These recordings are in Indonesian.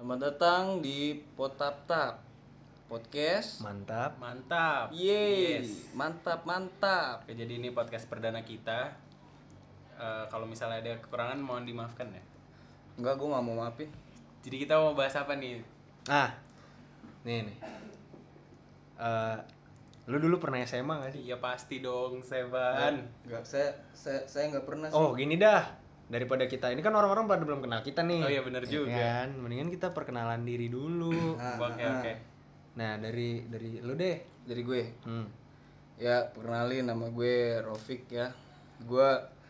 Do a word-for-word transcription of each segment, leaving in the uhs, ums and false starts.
Selamat datang di Potap-tap Podcast. Mantap. Mantap. Yeay, Yes. mantap mantap. Oke, jadi ini podcast perdana kita. Eh, kalau misalnya ada kekurangan mohon dimaafkan ya. Enggak, gue nggak mau maafin. Jadi kita mau bahas apa nih? Ah, nih nih. Eh, lu dulu pernah S M A gak sih? Iya pasti dong, Sevan. Enggak, saya saya saya nggak pernah sih. Oh gini dah. Daripada kita ini kan orang-orang pada belum kenal kita nih. Oh iya, bener Ya juga. kan? Mendingan kita perkenalan diri dulu. Ah, Oke ah, oke. Nah dari dari lu deh. Dari gue. Hmm. Ya, perkenalin nama gue Rofik ya. Gue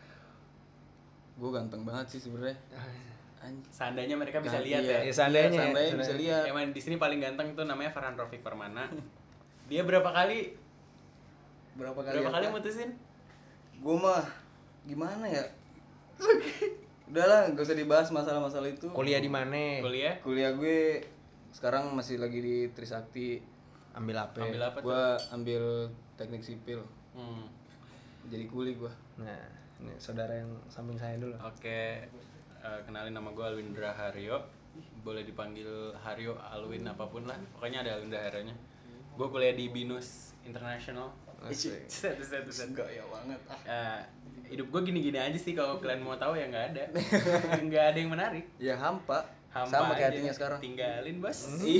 gue ganteng banget sih sebenarnya. Anj- Seandainya mereka bisa Nah, lihat iya. ya. Ya, seandainya, Iya, seandainya seandainya. bisa lihat. Emang di sini paling ganteng tuh namanya Farhan Rofik Permana. Dia berapa kali? Berapa kali? Berapa kali apa? mutusin? Gue mah gimana ya? Udahlah, gak usah dibahas masalah-masalah itu. Kuliah di mana? Kuliah? Kuliah gue sekarang masih lagi di Trisakti. Ambil apa? Ambil apa tuh? Gue ambil teknik sipil. Hmm. Jadi kuli gue. Nah, ini saudara yang samping saya dulu. Oke, eh, kenalin nama gue Alwindra Haryo. Boleh dipanggil Haryo, Alwin, apapun lah. Pokoknya ada Alwindra Haryonya. Gue kuliah di Binus International. Asik. Set, set, set. Enggak ya banget. Ah. Eh, hidup gue gini-gini aja sih. Kalau kalian mau tahu ya nggak ada, nggak ada yang menarik. Ya hampa. Hampa Sama kayak aja. hatinya sekarang. Tinggalin bos.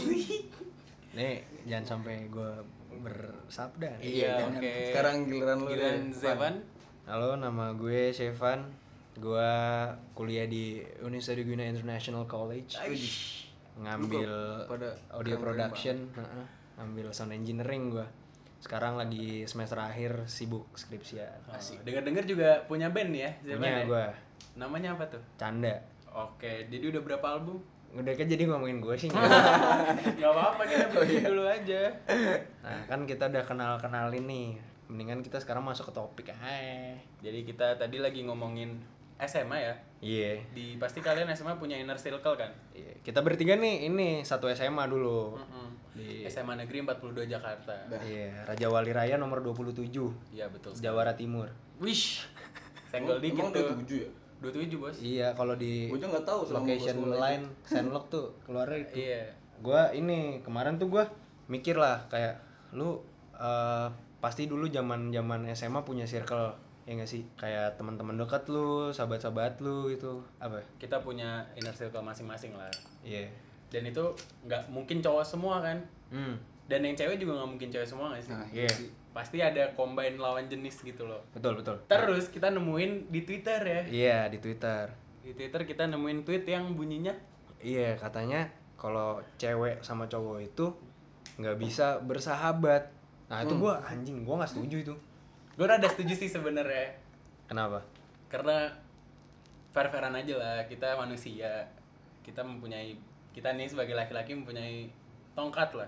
Nih, jangan sampai gue bersabda. nih. Iya, jangan. oke. Sekarang giliran lu Giliran deh, Zevan. Halo, nama gue Sevan. Gue kuliah di Universitas Guna International College. Aish. Ngambil Lu kok pada audio keren-keren production, heeh. Ngambil sound engineering gue. Sekarang lagi semester akhir, sibuk skripsian. Oh, dengar-dengar juga punya band ya, Zevan Punya ya? gue, Namanya apa tuh? Canda. Oke, jadi udah berapa album? Udah kan jadi ngomongin gue sih. Gak apa-apa, kita bikin dulu aja. Nah kan kita udah kenal-kenalin nih. Mendingan kita sekarang masuk ke topik aja. Jadi kita tadi lagi ngomongin S M A ya. Iya. Di pasti kalian S M A punya inner circle kan? Iya. Kita bertiga nih, ini satu S M A dulu. Mm-mm. Di S M A Negeri empat puluh dua Jakarta. Iya, Raja Wali Raya nomor dua puluh tujuh, Iya betul. Jawara Timur. Wish. Senggol dikit Emang tuh. udah tujuh ya? dua puluh tujuh bos. Iya, kalau di Gue juga nggak tahu selama gua location sekolah line Sandlock tuh keluarnya itu. Iya. Gua ini kemarin tuh gua mikir lah kayak lu eh, pasti dulu zaman-zaman S M A punya circle ya nggak sih? Kayak teman-teman dekat lu, sahabat-sahabat lu gitu. Apa? Kita punya inner circle masing-masing lah. Iya. Dan itu nggak mungkin cowok semua kan? Hmm. Dan yang cewek juga nggak mungkin cewek semua nggak sih? Nah, Iya. sih. Pasti ada combine lawan jenis gitu loh. Betul, betul. Terus kita nemuin di Twitter ya. Iya, di Twitter. Di Twitter kita nemuin tweet yang bunyinya Iya, katanya kalau cewek sama cowok itu nggak bisa bersahabat. Nah, itu gua anjing, gua nggak setuju itu. gue rada setuju sih sebenarnya. Kenapa? Karena fair-fairan aja lah, kita manusia. Kita mempunyai, kita nih sebagai laki-laki mempunyai tongkat lah.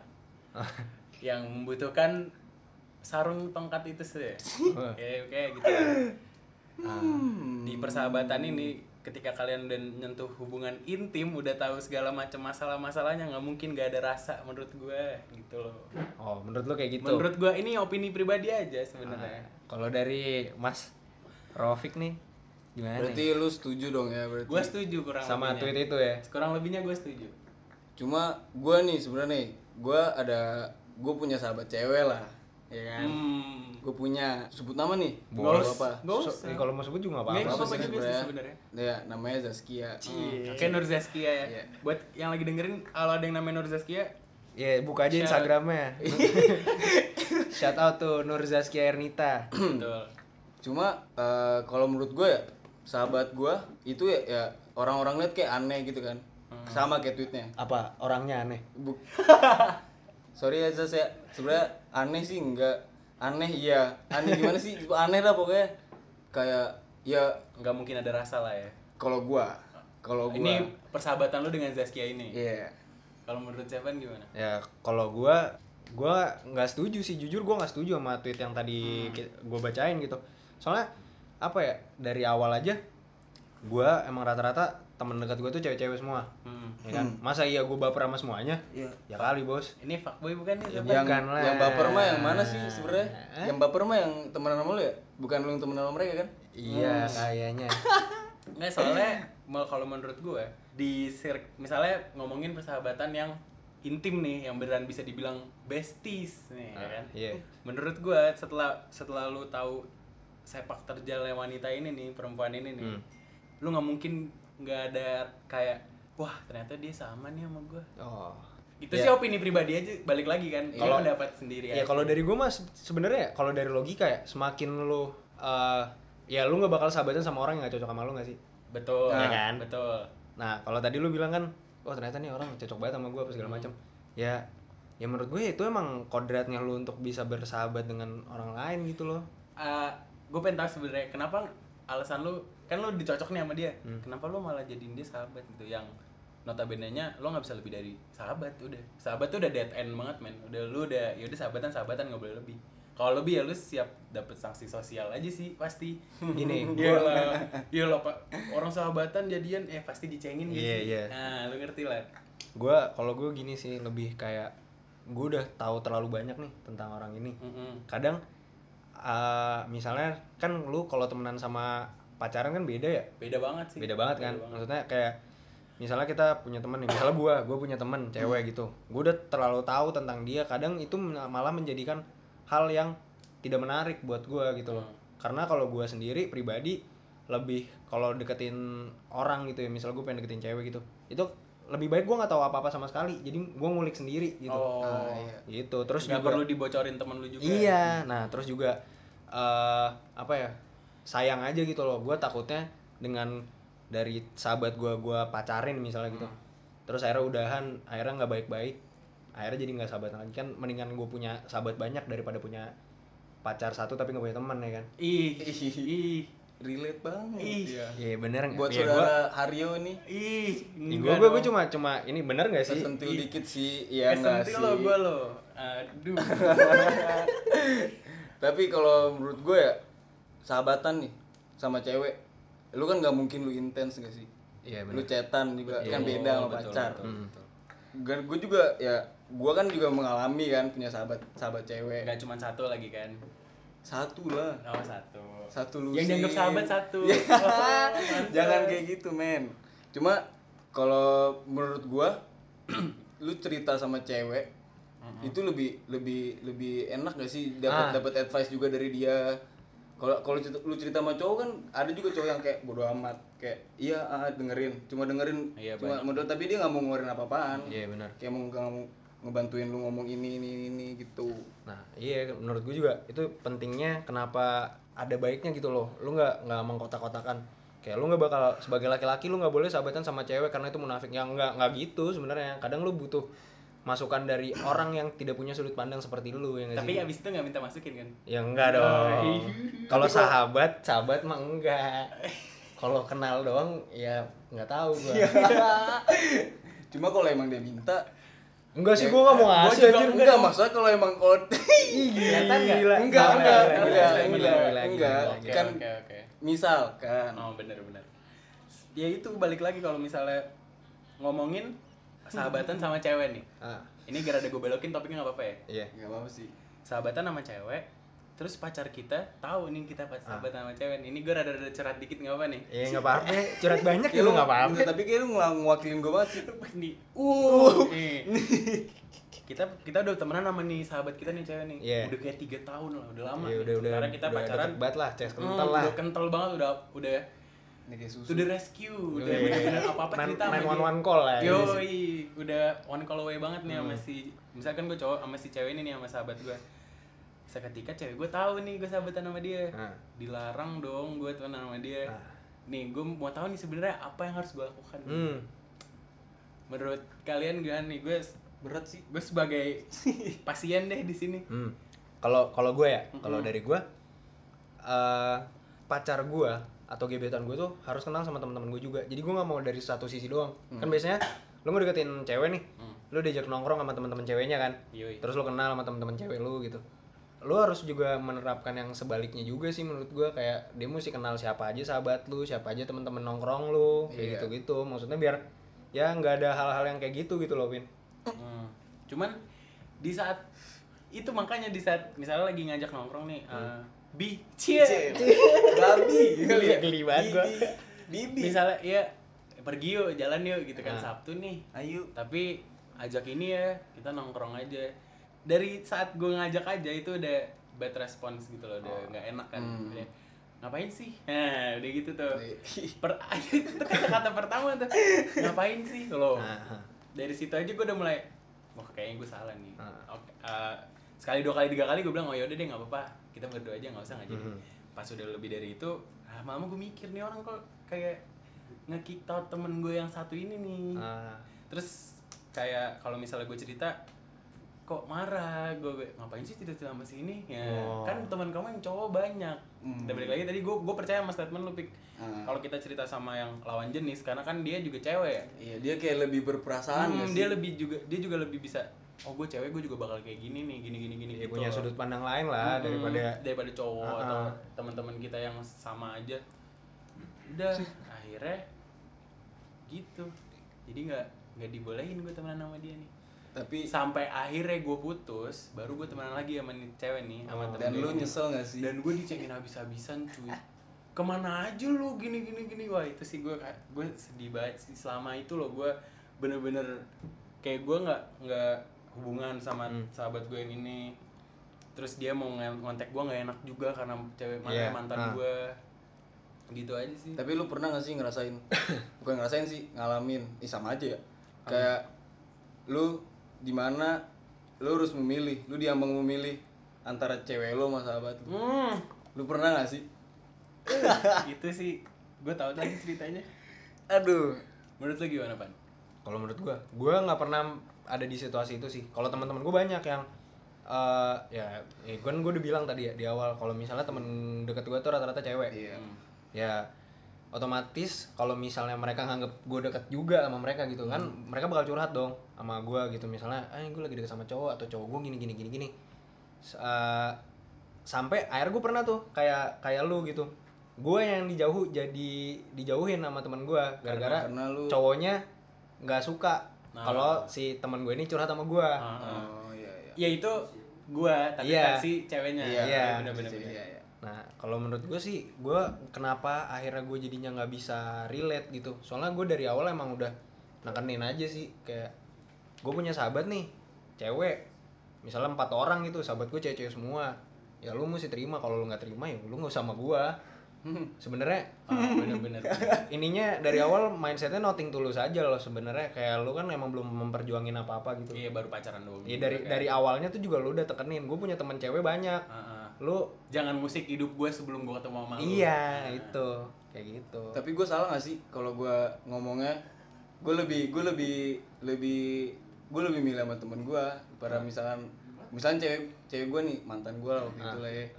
Yang membutuhkan sarung tongkat itu sih. Kayak kayak gitu. Nah, di persahabatan ini ketika kalian udah nyentuh hubungan intim, udah tahu segala macam masalah-masalahnya, nggak mungkin gak ada rasa menurut gue gitu loh. Oh, menurut lu kayak gitu? Menurut gue ini opini pribadi aja sebenarnya. Ah, kalau dari Mas Rofik nih gimana? Berarti nih? lu setuju dong ya berarti. Gue setuju kurang Sama lebihnya. tweet itu ya? Kurang lebihnya gue setuju. Cuma gue nih sebenarnya nih, gue ada gue punya sahabat cewek lah, ya kan? Hmm. Gue punya sebut nama nih. Boleh. Nggak apa-apa. Nggak So, usah. eh, kalau mau sebut juga nggak Nggak apa-apa. apa-apa sih juga sih sebenarnya. sebenarnya. Ya, namanya Zaskia. Hmm. Oke, Nur Zaskia ya. Iya. Buat yang lagi dengerin, kalau ada yang namanya Nur Zaskia, Ya, buka aja Shout- Instagramnya. Shout out to Nur Zaskia Ernita. betul. Cuma eh, kalau menurut gue ya, sahabat gue itu ya, ya orang-orang lihat kayak aneh gitu kan. Sama kayak tweetnya. Apa? Orangnya aneh? Bu- Sorry ya Zaz ya, sebenarnya aneh sih enggak. Aneh iya. Aneh gimana sih? Aneh lah pokoknya. Kayak ya Nggak mungkin ada rasa lah ya. kalau gua, kalau gua Ini persahabatan lu dengan Zaskia ini. iya. Kalau menurut Sevan gimana? Ya, kalau gua gua nggak setuju sih, jujur gua nggak setuju sama tweet yang tadi ki- gua bacain gitu. Soalnya apa ya? Dari awal aja gua emang rata-rata temen dekat gua tuh cewek-cewek semua. Hmm. Ya kan? Masa iya gua baper sama semuanya? Iya. Ya kali, Bos. Ini fuckboy bukan nih? Sevan? Yang bukan lah. yang baper mah yang mana sih sebenarnya? Eh? Yang baper mah yang temenan sama lu ya? Bukan lu yang temenan sama mereka kan? Iya, kayaknya. Nggak, soalnya mal kalau menurut gue di sir- misalnya ngomongin persahabatan yang intim nih, yang beneran bisa dibilang besties nih, ya Ah, kan? iya. Menurut gua setelah setelah lu tahu sepak terjalnya wanita ini nih, perempuan ini nih, Hmm. lu nggak mungkin nggak ada kayak wah ternyata dia sama nih sama gua. Oh. Itu Ya. sih opini pribadi aja, balik lagi kan. Kalau- Kalau pendapat sendiri Ya aja. kalau dari gue mas sebenarnya kalau dari logika ya semakin lu uh, ya lu nggak bakal sahabatan sama orang yang gak cocok sama lu nggak sih? betul, Nah, kan? betul. Nah kalau tadi lu bilang kan, oh ternyata nih orang cocok banget sama gue apa segala macam. Ya ya menurut gue itu emang kodratnya lu untuk bisa bersahabat dengan orang lain gitu loh. Uh, gue pengen tahu sebenarnya kenapa alasan lu, kan lu dicocok nih sama dia, Hmm. kenapa lu malah jadiin dia sahabat gitu, yang notabene-nya lo nggak bisa lebih dari sahabat. Udah sahabat tuh udah dead end banget men, udah lu udah ya udah sahabatan sahabatan nggak boleh lebih. Kalau lebih ya lu siap dapet sanksi sosial aja sih pasti. Gini, Iya gua- lah, iya lah pak, orang sahabatan jadian eh pasti dicengin gitu. Iya, iya. Nah lu ngerti lah. Gue kalau gue gini sih lebih kayak gue udah tahu terlalu banyak nih tentang orang ini. Mm-mm. Kadang uh, misalnya kan lu kalau temenan sama pacaran kan beda ya. Beda banget sih. Beda banget kan. banget. Maksudnya kayak misalnya kita punya temen nih, misalnya gue, gue punya temen cewek gitu, gue udah terlalu tahu tentang dia, kadang itu malah menjadikan hal yang tidak menarik buat gue gitu loh. Karena kalau gue sendiri pribadi lebih kalau deketin orang gitu ya, misalnya gue pengen deketin cewek gitu, itu lebih baik gue nggak tahu apa apa sama sekali, jadi gue ngulik sendiri gitu. Oh, Ah, iya. Gitu. Terus nggak juga perlu dibocorin temen lu juga. iya, nah terus juga eh apa ya, sayang aja gitu loh, gue takutnya dengan dari sahabat gue gue pacarin misalnya gitu, terus akhirnya udahan, akhirnya nggak baik-baik, akhirnya jadi nggak sahabatan lagi kan. Mendingan gue punya sahabat banyak daripada punya pacar satu tapi nggak punya teman ya kan. Ih, ih, Relate banget. Ih. Iya. Iya bener nggak? Buat Ya, saudara Haryo nih, ih. gue gue gue cuma cuma ini bener nggak sih? tersentil dikit sih, ya nggak sih. Kesentil lo gue lo. Aduh. Tapi kalau menurut gue ya, sahabatan nih sama cewek, lu kan nggak mungkin lu intens gak sih? Iya Lu bener. cetan juga Betul, kan beda sama betul, pacar. betul, Hmm. betul. Dan gue juga ya, gue kan juga mengalami kan punya sahabat sahabat cewek. Nggak cuma satu lagi kan? Satu lah. Oh satu. Satu lu. Yang dianggap sahabat satu. Ya, Oh, mantap. jangan kayak gitu men. Cuma kalau menurut gua lu cerita sama cewek itu lebih lebih lebih enak gak sih, dapat Ah. dapat advice juga dari dia. Kalau kalau cerita- lu cerita sama cowok kan ada juga cowok yang kayak bodo amat, kayak iya ah, dengerin, cuma dengerin, Iya, cuma banyak. modal tapi dia nggak mau ngeluarin apa-apaan. Iya benar. Kayak mau nggak mau ngebantuin lu ngomong ini ini ini gitu. Nah iya menurut gue juga itu pentingnya, kenapa ada baiknya gitu loh, lu nggak nggak mengkotak-kotakan, kayak lu nggak bakal sebagai laki-laki lu nggak boleh sahabatan sama cewek karena itu munafik, yang nggak nggak gitu sebenarnya. Kadang lu butuh masukan dari orang yang tidak punya sudut pandang seperti lu yang Tapi abis itu nggak minta masukin kan? ya enggak dong. Kalau sahabat sahabat mah enggak, kalau kenal doang ya nggak tahu gua. Cuma kalau emang dia minta, Enggak sih, Ya, gua nggak mau gua ngasih juga anjir. enggak, maksudnya kalau emang kalau Kelihatan nggak? Gila. enggak, Gila, enggak, gila, enggak, gila, enggak, gila, enggak, gila, enggak. gila. Oke, Kan oke, oke. misalkan Oh benar-benar. Ya itu balik lagi kalau misalnya ngomongin sahabatan sama cewek nih. Ah, Ini gara ada gue belokin topiknya nggak apa-apa ya. iya. enggak apa-apa sih. Sahabatan sama cewek, terus pacar kita tahu nih kita pas sahabatan sama cewek. Ini gue rada-rada curhat dikit nggak apa nih? Iya nggak apa-apa, curhat banyak ya Kayak lu nggak apa-apa. enggak, tapi kayak lu ngel- ngewakilin gue banget sih. Nih, Uh. nih. kita kita udah temenan sama nih sahabat kita nih cewek nih. Iya. Udah kayak tiga tahun lah, udah lama. Iya nih. udah udah. Sekarang kita udah pacaran. deket banget lah, ces Hmm, kental lah. Udah kental banget, udah udah Ini kayak susu. to the rescue, udah Iya. bener-bener apa-apa Main- cerita main sama dia. one-one call lah ya. Yoi, udah one call away banget nih sama Hmm. si, misalkan gue cowok sama si cewek ini nih sama sahabat gue. Seketika cewek gue tahu nih gue sahabatan sama dia, Nah. dilarang dong gue temenan sama dia. Nah. Nih gue mau tahu nih sebenarnya apa yang harus gue lakukan. Hmm. Menurut kalian gak nih, gue Berat sih. gue sebagai pasien deh di sini. Hmm. Kalau kalau gue ya, kalau Mm-mm. dari gue eh pacar gue atau gebetan gue tuh harus kenal sama teman-teman gue juga. Jadi gue nggak mau dari satu sisi doang. Kan biasanya lu mau deketin cewek nih, Hmm. lu diajak nongkrong sama teman-teman ceweknya kan. Yoi. Terus lu kenal sama teman-teman cewek lu gitu. Lu harus juga menerapkan yang sebaliknya juga sih menurut gue, kayak dia mesti kenal siapa aja sahabat lu, siapa aja teman-teman nongkrong lu, kayak Iya. gitu-gitu. Maksudnya biar ya nggak ada hal-hal yang kayak gitu gitu loh, Win. Hmm. Cuman di saat itu makanya di saat misalnya lagi ngajak nongkrong nih, eh, bi, cie, Babi. Geli- geli banget gua. Bibi. misalnya ya pergi yuk, jalan yuk gitu kan, Nah. Sabtu nih. Ayo. Tapi ajak ini ya, kita nongkrong aja. Dari saat gue ngajak aja itu udah bad response gitu loh, udah nggak enak kan. Hmm. Udah, ngapain sih? Nah, udah gitu tuh. Iya. Per itu kata-kata pertama tuh. Ngapain sih lo? Nah. Dari situ aja gue udah mulai, wah kayaknya gue salah nih. Nah. Oke, uh, sekali dua kali tiga kali gue bilang, oh yaudah deh nggak apa-apa, kita berdua aja nggak usah ngajakin. Mhm. Pas udah lebih dari itu, ah, mama gue mikir nih orang kok kayak nge-kick out temen gue yang satu ini nih. Ah. Terus kayak kalau misalnya gue cerita, kok marah, gue ngapain sih tidak sama si ini ya, Oh. kan teman kamu yang cowok banyak. Hmm. Dan balik lagi tadi gue gue percaya sama statement lu, Pik. Ah. Kalau kita cerita sama yang lawan jenis, karena kan dia juga cewek ya. Iya, dia kayak lebih berperasaan Hmm, nggak sih? dia lebih juga dia juga lebih bisa, oh gue cewek gue juga bakal kayak gini nih, gini gini gini Dia gitu. punya sudut pandang lain lah Hmm, daripada daripada cowok Ah, atau ah. teman-teman kita yang sama aja. Udah akhirnya gitu. Jadi nggak nggak dibolehin gue temenan sama dia nih. Tapi Sampai akhirnya gue putus, baru gue temenan lagi sama nih cewek nih, sama Oh. temen dan gue lu ini. nyesel gak sih? Dan gue dicengin habis-habisan cuy. Kemana aja lu gini gini gini. Wah itu sih gue gue sedih banget sih. Selama itu loh gue bener-bener kayak gue nggak nggak hubungan sama Hmm. sahabat gue yang ini. Terus dia mau nge- ngontek gue nggak enak juga karena cewek mantan Iya, mantan ah. gue. Gitu aja sih. Tapi lu pernah gak sih ngerasain? Bukan ngerasain sih, ngalamin. Ih sama aja ya. Kayak lu dimana lu harus memilih, lu diambang memilih antara cewek lu sama sahabat lu. Hmm. Lu pernah gak sih? Itu sih gue tahu tadi ceritanya. Aduh. Menurut lu gimana, Pan? kalau menurut gua, gua nggak pernah ada di situasi itu sih. Kalau teman-teman gua banyak yang eh ya, ya kan gua udah bilang tadi ya di awal kalau misalnya temen deket gua tuh rata-rata cewek. Iya. Ya otomatis kalau misalnya mereka nganggep gue deket juga sama mereka gitu kan, mereka bakal curhat dong sama gue gitu, misalnya ah gue lagi deket sama cowok atau cowok gue gini gini gini gini. S- eh, sampai akhirnya gue pernah tuh kayak kayak lu gitu, gue yang dijauh jadi dijauhin sama teman gue gara-gara karena lu- cowoknya nggak suka Nah. kalau si teman gue ini curhat sama gue. Ah, ah. Oh iya iya. Ya itu gue, tapi Iya. versi ceweknya. Iya, iya. bener-bener. Iya, iya. Nah, kalau menurut gue sih, gue kenapa akhirnya gue jadinya nggak bisa relate gitu. Soalnya gue dari awal emang udah nekenin aja sih, kayak gue punya sahabat nih, cewek, misalnya empat orang gitu, sahabat gue cewek-cewek semua. Ya lu mesti terima, kalau lu nggak terima ya lu nggak usah sama gue. Sebenarnya Ah, bener-bener. ininya dari awal mindsetnya nothing tulus aja loh sebenarnya, kayak lu kan emang belum memperjuangin apa-apa gitu. Iya baru pacaran doang. Iya dari Kayak, dari awalnya tuh juga lu udah tekenin, gue punya teman cewek banyak. ah, ah. Lu Jangan musik hidup gue sebelum gue ketemu sama lu. iya itu kayak gitu. Tapi gue salah gak sih kalau gue ngomongnya? Gue lebih gue lebih lebih gue lebih milih sama temen gue. Pada misalkan misalkan cewek cewek gue nih mantan gue lah waktu itu lah ya.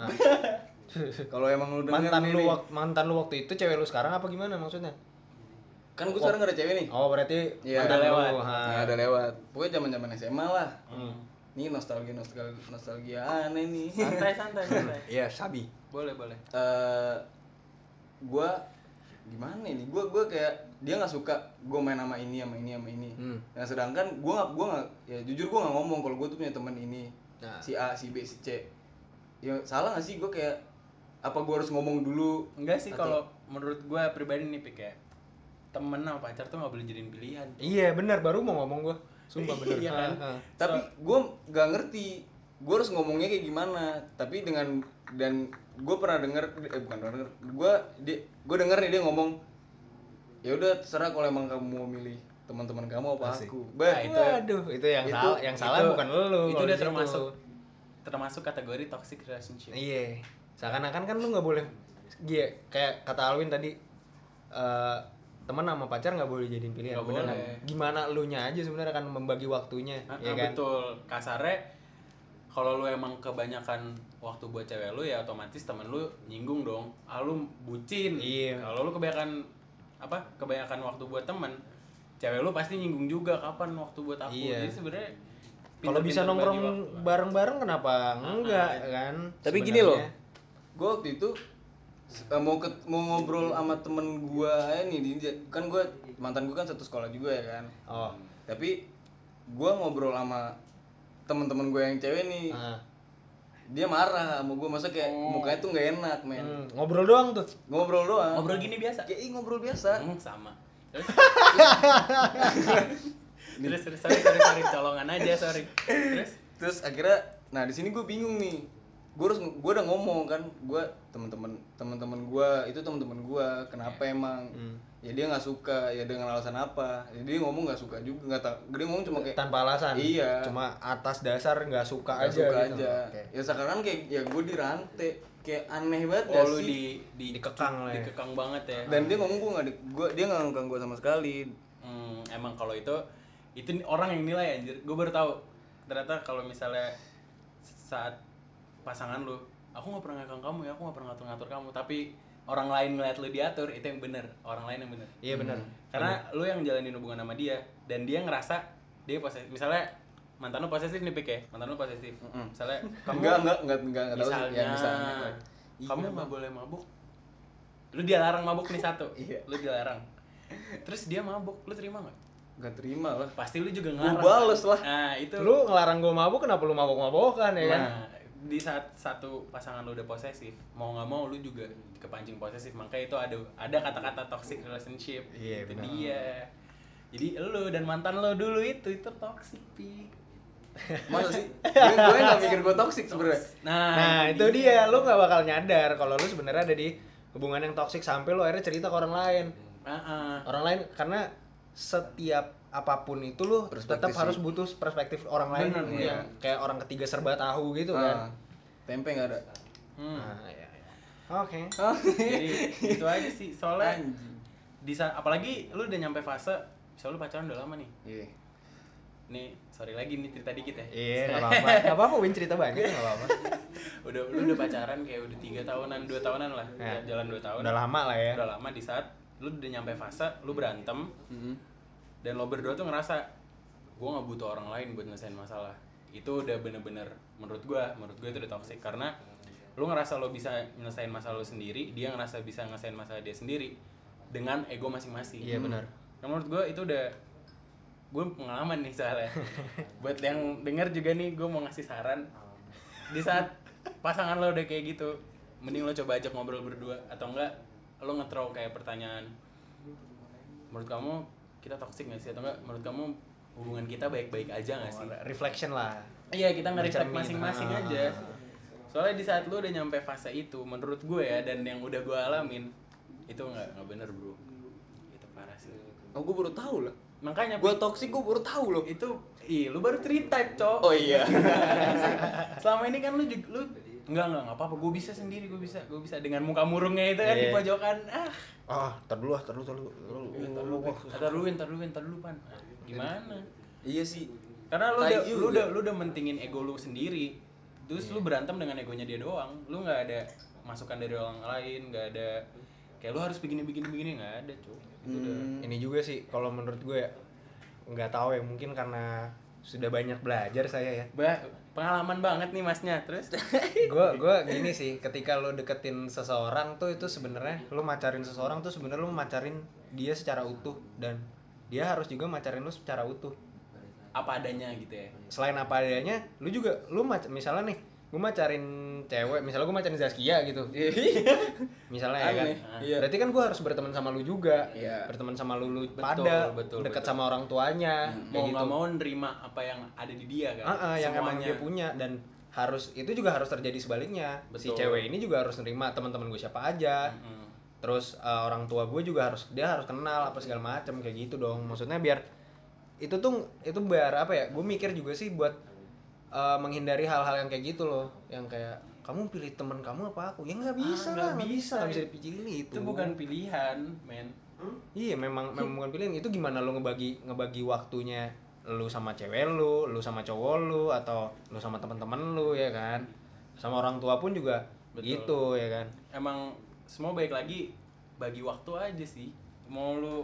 Kalau emang lu denger mantan nih, lu nih, wak- mantan lu waktu itu cewek lu sekarang apa gimana maksudnya? kan gue sekarang gak ada cewek nih. Oh berarti Iya, mantan udah lu, lewat. ha. Nah, ada lewat. Pokoknya zaman-zaman S M A lah. Hmm. Ini nostalgia nostalgia nostalgia aneh nih. Santai santai santai. Iya sabi. Boleh boleh. Eh gue gimana ini? Gue gue kayak dia nggak suka gue main sama ini sama ini sama ini. Hmm. Nah sedangkan gue nggak gue nggak ya jujur gue nggak ngomong kalau gue tuh punya temen ini. Nah. Si A, si B, si C. Ya salah nggak sih gue kayak apa gue harus ngomong dulu? Enggak sih, Atau- kalau menurut gue pribadi nih Pik ya, temen sama pacar tuh gak boleh jadiin pilihan. Iya benar, baru mau ngomong gua. Sumpah benar. Iya kan? Ha, ha. Tapi gue nggak ngerti gue harus ngomongnya kayak gimana. Tapi dengan dan gue pernah denger eh bukan pernah denger gue dia gue denger nih dia ngomong ya udah terserah kalau emang kamu mau milih teman-teman kamu apa Asik. aku. Nah, Bah, itu Waduh, itu yang itu- salah, yang salah itu- bukan lu. Itu kalau udah di situ. termasuk termasuk kategori toxic relationship. Iya. Seakan-akan kan lu nggak boleh. Iya, kayak kata Alwin tadi, eh teman sama pacar nggak boleh jadiin pilihan. Nggak Bener boleh. kan? Gimana lu nya aja sebenarnya kan membagi waktunya, Ah, ya ah, kan? betul. Kasarnya kalau lu emang kebanyakan waktu buat cewek lu ya otomatis temen lu nyinggung dong. Ah lu bucin. Iya. Kalau lu kebanyakan apa? Kebanyakan waktu buat temen, cewek lu pasti nyinggung juga kapan waktu buat aku. Iya. Jadi sebenarnya Kalau bisa pinter-pinter nongkrong bagi waktu lah. bareng-bareng kenapa enggak kan? Tapi gini loh, Sebenarnya. gue waktu itu eh, mau ket, mau ngobrol sama temen gue ini di- kan gue mantan gue kan satu sekolah juga ya kan. Oh. Tapi gue ngobrol sama temen-temen gue yang cewek nih, Ah. dia marah sama gue, masa kayak Oh. mukanya tuh nggak enak men. Hmm, ngobrol doang tuh. Ngobrol doang. Ngobrol gini biasa. Kayak ih, ngobrol biasa. Hmm, sama. terus terus sorry sorry sorry colongan aja sorry terus Terus akhirnya, nah di sini gue bingung nih. Gue harus, gue udah ngomong kan, gue teman-teman teman-teman gue itu teman-teman gue, kenapa yeah. emang? Hmm. Ya dia nggak suka, ya dengan alasan apa? Ya dia ngomong nggak suka juga, nggak tak, dia ngomong cuma kayak tanpa alasan. Iya. Cuma atas dasar nggak suka gak aja. Suka gitu. aja. Okay. Ya sekarang kayak ya gue dirantai, kayak aneh banget. Oh lu di, di dikekang lah. Ya. Dikekang banget ya. Dan dia ngomong gue nggak, gue dia nggak ngekang gue sama sekali. Hmm, emang kalau itu itu orang yang nilai anjir. Gue baru tahu ternyata kalau misalnya saat pasangan lu, aku nggak pernah ngekang kamu ya, aku nggak pernah ngatur-ngatur kamu, tapi orang lain ngeliat lu diatur, itu yang bener, orang lain yang bener. Iya bener. Hmm. Karena bener. Lu yang jalanin hubungan sama dia dan dia ngerasa dia posesif. Misalnya mantan lu posesif nih Pik ya, mantan lu posesif. Mm-hmm. Misalnya kamu enggak enggak enggak enggak enggak tahu misalnya, ya misalnya kamu nggak boleh mabuk, lu dilarang mabuk nih satu, iya. Lu dilarang. Terus dia mabuk, lu terima nggak? Gak terima lah. Pasti lu juga ngelarang. Gue bales lah. Nah itu. Lu ngelarang gue mabuk, kenapa lu mabok-mabokan ya kan? Nah, di saat satu pasangan lu udah posesif, mau nggak mau lu juga kepancing posesif. Makanya itu ada ada kata-kata toxic relationship. Iya, itu benar. dia. Jadi lu dan mantan lu dulu itu itu toxic Pi. Masa sih? Gue gue nggak mikir gue toxic sebenarnya. Nah, nah itu dia, lu nggak bakal nyadar kalau lu sebenarnya ada di hubungan yang toksik sampai lu akhirnya cerita ke orang lain. Uh-uh. Orang lain karena setiap apapun itu lu tetap sih. harus butuh perspektif orang lain. Bener, yang iya. kayak orang ketiga serba tahu gitu Ah, kan. tempe nggak ada. Hmm. Nah, iya, iya. Oke. Jadi itu aja sih soalnya Anjing. di saat apalagi lu udah nyampe fase misalnya lu pacaran udah lama nih. Iya. Nih, sorry lagi nih cerita dikit ya. Iya, enggak apa-apa. Enggak apa-apa Win cerita banyak enggak apa-apa. udah lu udah pacaran kayak udah tiga tahunan, dua tahunan lah. Ya. Jalan dua tahun. Udah lama lah ya. Udah lama di saat lu udah nyampe fase lu berantem Mm-hmm. dan lo berdua tuh ngerasa gue nggak butuh orang lain buat nyelesain masalah. Itu udah bener-bener menurut gue, menurut gue itu udah toxic karena lu ngerasa lo bisa nyelesain masalah lo sendiri, dia ngerasa bisa nyelesain masalah dia sendiri dengan ego masing-masing. Iya benar. Nah, menurut gue itu udah gue pengalaman nih soalnya. Buat yang denger juga nih gue mau ngasih saran di saat pasangan lo udah kayak gitu, mending lo coba ajak ngobrol berdua atau enggak lo nge-throw kayak pertanyaan, menurut kamu kita toxic nggak sih atau enggak menurut kamu hubungan kita baik-baik aja nggak sih? Reflection lah. Iya kita nge-reflect Bercermin. masing-masing Ah. aja. Soalnya di saat lu udah nyampe fase itu, menurut gue ya dan yang udah gue alamin itu nggak nggak bener bro, itu parah sih. Oh, gue baru tahu lah. Makanya Gue toxic gue baru tahu loh. itu, ih lu baru cerita cok. Oh iya. Selama ini kan lu juga lu enggak enggak enggak apa-apa, gue bisa sendiri, gue bisa, gue bisa dengan muka murungnya itu kan Iya. di pojokan. Ah, Ah, tar dulu ah, tar dulu, tar dulu. Tar dulu. entar lu, entar lu, entar lu, entar lu pan. Ah, gimana? Iya sih. Karena lu Tai udah, lu juga. udah lu udah mentingin ego lu sendiri. Terus lu berantem dengan egonya dia doang. Lu nggak ada masukan dari orang lain, nggak ada kayak lu harus begini begini begini, nggak ada cuy. Itu udah. Hmm. Ini juga sih kalau menurut gue ya nggak tahu ya, mungkin karena sudah banyak belajar saya ya. Bah, pengalaman banget nih masnya. Terus gue gue gini sih, ketika lo deketin seseorang tuh itu sebenarnya lo macarin seseorang tuh sebenarnya lo macarin dia secara utuh dan dia harus juga macarin lo secara utuh. apa adanya gitu ya. Selain apa adanya, lu juga lu mac- misalnya nih, gue macarin cewek, misalnya gue macarin Zaskia gitu. Misalnya ya kan. Aneh, iya. Berarti kan gue harus berteman sama lu juga. Iya. Berteman sama lu, lu Betul, pada betul, dekat betul. sama orang tuanya, Mau kayak nggak gitu. mau nerima apa yang ada di dia kan. Ah, ah, yang emang Semuanya. dia punya dan harus itu juga harus terjadi sebaliknya. Si Betul. cewek ini juga harus nerima teman-teman gue siapa aja. Mm-mm. Terus eh, orang tua gue juga harus dia harus kenal apa segala macam kayak gitu dong. Maksudnya biar itu tuh itu biar apa ya? Gue mikir juga sih buat eh, menghindari hal-hal yang kayak gitu loh, yang kayak kamu pilih teman kamu apa aku? Ya nggak bisa Ah, lah, nggak nggak bisa, bisa. nggak bisa dipilih itu. Itu bukan pilihan, men. Iya, memang memang bukan pilihan. Itu gimana lu ngebagi ngebagi waktunya lu sama cewek lu, lu sama cowok lu atau lu sama teman-teman lu ya kan? Sama orang tua pun juga Betul. gitu ya kan? Emang semua baik lagi bagi waktu aja sih. Mau lu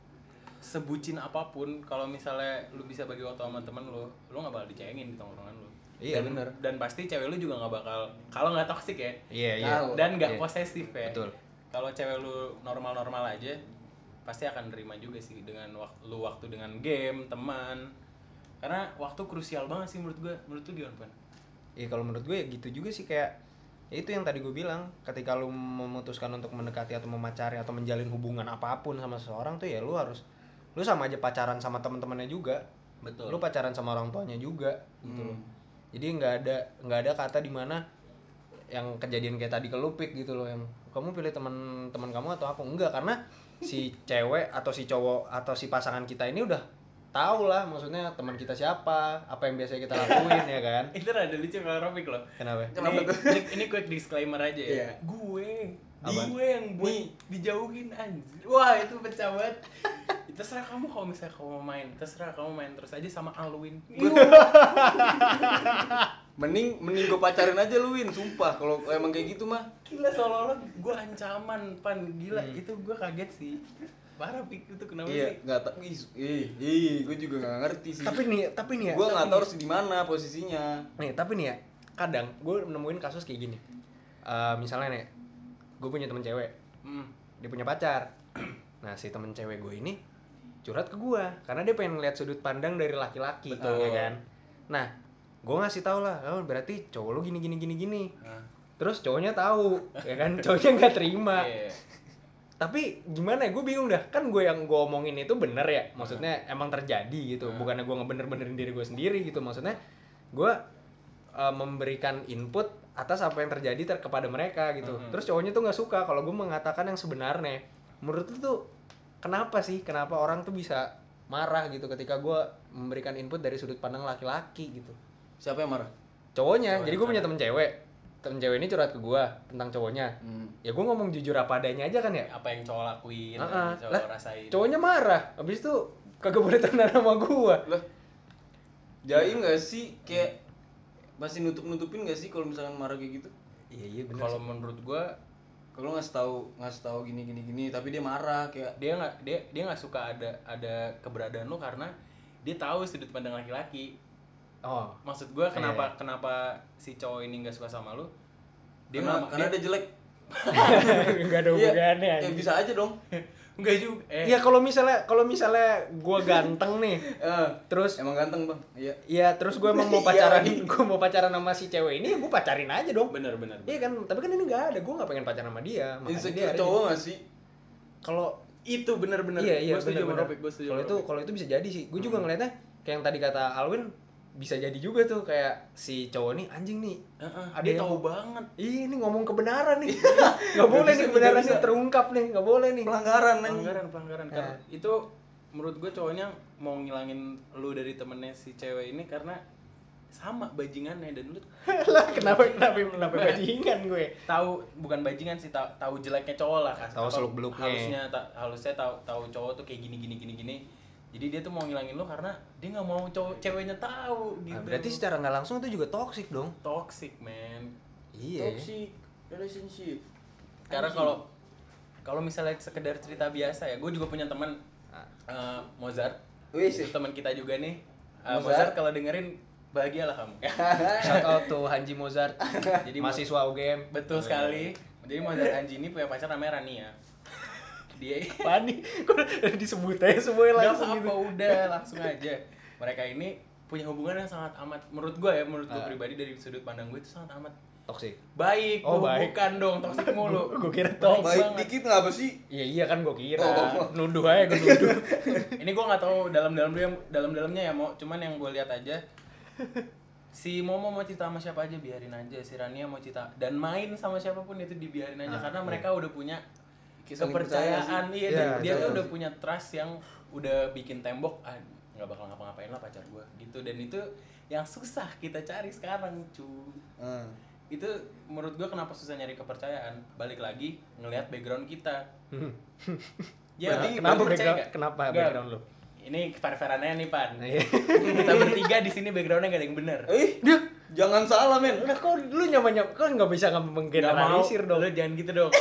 sebucin apapun, kalau misalnya lu bisa bagi waktu sama temen lu, lu nggak bakal dicengin di tongkrongan lu. Iya, dan, bener. Dan pasti cewek lu juga nggak bakal, kalau nggak toksik ya, Iya, iya. Tahu. dan nggak Iya. posesif ya. Betul. Kalau cewek lu normal-normal aja, pasti akan nerima juga sih dengan waktu lu waktu dengan game, teman. Karena waktu krusial banget sih menurut gua. Menurut lu gimana, Pan? Iya, kalau menurut gue ya gitu juga sih, kayak Ya itu yang tadi gue bilang, ketika lu memutuskan untuk mendekati atau memacari atau menjalin hubungan apapun sama seseorang tuh ya lu harus, lu sama aja pacaran sama teman-temannya juga. Betul. Lu pacaran sama orang tuanya juga gitu loh. Hmm. Jadi nggak ada nggak ada kata di mana yang kejadian kayak tadi ke lu Pik gitu loh, yang kamu pilih teman-teman kamu atau aku, enggak, karena si cewek atau si cowok atau si pasangan kita ini udah tahu lah maksudnya teman kita siapa, apa yang biasa kita lakuin ya kan. Itu rada lucu kalau Rofik loh. Kenapa? Kenapa ini, tuh? ini, ini quick disclaimer aja ya. Iya. Gue, Apa? gue yang buat dijauhin anjir. Wah, itu pecah banget. Terserah kamu kalau misalnya kamu mau main, terserah kamu main terus aja sama Alwin. Mending mending gue pacarin aja lu Win, sumpah kalau emang kayak gitu mah. Gila, seolah-olah gue ancaman, Pan. Gila, itu gue kaget sih. Parah Pik, itu kenapa Iya, sih? nggak tahu. Ih, ih, ih gue juga nggak ngerti sih. Tapi nih, tapi nih ya. Gue nggak tapi tahu nih- harus di mana posisinya. Nih, tapi nih ya, kadang gue nemuin kasus kayak gini. Eh, misalnya nih, gue punya temen cewek, Hmm. dia punya pacar. Nah, si temen cewek gue ini curhat ke gue karena dia pengen lihat sudut pandang dari laki-laki, Betul. ya kan. Nah, gue ngasih tau lah, oh, berarti cowok lu gini gini gini gini. Nah. Terus cowoknya tahu, ya kan, cowoknya nggak terima. Iya. Tapi gimana ya, gue bingung dah. Kan gue yang gue omongin itu bener ya, maksudnya emang terjadi gitu, Hmm. bukannya gue ngebener-benerin diri gue sendiri gitu. Maksudnya gue uh, memberikan input atas apa yang terjadi ter- kepada mereka gitu. Hmm. Terus cowoknya tuh nggak suka kalau gue mengatakan yang sebenarnya. Menurut lu tuh kenapa sih, kenapa orang tuh bisa marah gitu ketika gue memberikan input dari sudut pandang laki-laki gitu? Siapa yang marah? Cowoknya, Cowok jadi yang gue punya marah. temen cewek, temen cewek ini curhat ke gue tentang cowoknya. Hmm. Ya gue ngomong jujur apa adanya aja kan ya. Apa yang cowok lakuin, Ah, apa yang ah. cowok Lah, rasain. cowoknya marah, abis itu kagak boleh temenan sama gua. Lah, jaim nggak sih kayak masih nutup-nutupin nggak sih kalau misalkan marah kayak gitu? Iya iya Kalau menurut gue, Kalau ngasih tahu ngasih tahu gini gini gini tapi dia marah kayak dia nggak dia dia nggak suka ada ada keberadaan lo karena dia tahu sudut pandang laki-laki. Oh, Maksud gue kenapa Iya. kenapa si cowok ini nggak suka sama lo? Dia karena, nggak karena dia jelek. enggak ada hubungannya. Ya anjing. bisa aja dong. nggak juga. Eh, Iya kalau misalnya kalau misalnya gua ganteng nih, Eh, terus emang ganteng bang. Iya. iya terus gua emang mau Iya, pacaran, lagi. gua mau pacaran sama si cewek ini, ya gua pacarin aja dong. bener bener. Iya kan, tapi kan ini nggak ada, gua nggak pengen pacaran sama dia. Makanya dia Insecure hari cowok ini- nggak sih? Kalau Itu bener-bener. iya iya Gue setuju sama benar-benar. Ropik, gue setuju. Kalau sama itu Ropik. kalau itu bisa jadi sih. Gue juga ngeliatnya kayak yang tadi kata Alwin bisa jadi juga tuh kayak si cowok nih anjing nih. Heeh, ada dia yang- tahu banget. Ih, ini ngomong kebenaran nih. Nggak boleh bisa, nih nggak kebenaran bisa. nih terungkap nih, nggak boleh nih. Pelanggaran anjing. Pelanggaran pelanggaran. Ya. Karena itu menurut gue cowoknya mau ngilangin lu dari temennya si cewek ini karena sama bajingannya dan lu Lah kenapa kenapa kenapa bajingan gue? tahu bukan bajingan sih tahu tahu jeleknya cowok lah kan. Tahu Apa, seluk-beluknya. halusnya ta, halusnya tahu tahu cowok tuh kayak gini gini gini gini jadi dia tuh mau ngilangin lu karena dia nggak mau cowok ceweknya tahu gitu. Nah, berarti secara nggak langsung itu juga toksik dong. toxic man. Iya. Toxic relationship. Karena Anjing. kalau kalau misalnya sekedar cerita biasa ya, gue juga punya teman Ah. eh, Mozart. Wih, Itu teman kita juga nih. Eh, Mozart. Mozart kalau dengerin bahagialah kamu. Shout out to Hanji Mozart. Jadi mahasiswa U G M. Betul sekali. Jadi Mozart Anji ini punya pacar namanya Rania. Dia Pani, kok disebut aja semuanya Gak langsung apa-apa, gitu. udah langsung aja. Mereka ini punya hubungan yang sangat amat, menurut gue ya, menurut gue Ah. pribadi dari sudut pandang gue itu sangat amat Toksik. baik. Oh, Bu- baik. Bukan dong, toksik mulu. Gue kira Baik toksik. Baik banget. dikit nggak apa sih? Iya iya kan gue kira. Oh. Nuduh aja gue nuduh. Ini gue nggak tahu dalam-dalam dia dalam-dalamnya ya, mau cuman yang gue lihat aja si Momo mau cerita sama siapa aja biarin aja, si Rania mau cerita dan main sama siapapun itu dibiarin aja Ah, karena iya. mereka udah punya Saling percaya kepercayaan. sih. Iya, Iya, dan dia betul tuh udah sih. punya trust yang udah bikin tembok ah nggak bakal ngapa-ngapain lah pacar gue gitu, dan itu yang susah kita cari sekarang cu. Hmm. Itu menurut gue kenapa susah nyari kepercayaan, balik lagi ngelihat background kita. Ya, Berarti lu kenapa percaya background- nggak? kenapa Nggak. background lu? Ini fair-fairannya nih Pan. Iya. Kita bertiga di sini backgroundnya gak ada yang bener. Eh, dia jangan salah men. Udah kok lu nyaman nyaman kan nggak bisa nggak menggeneralisir dong. Lo jangan gitu dong.